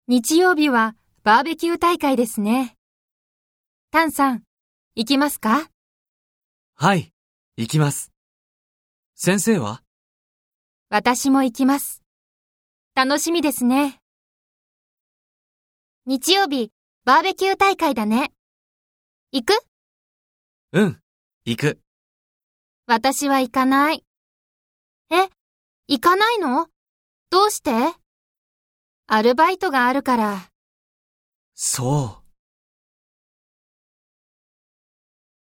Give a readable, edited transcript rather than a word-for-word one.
日曜日はバーベキュー大会ですね。タンさん、行きますか？ はい、行きます。先生は？ 私も行きます。楽しみですね。日曜日、バーベキュー大会だね。行く？ うん、行く。 私は行かない。え、行かないの？どうして？アルバイトがあるから。 そう。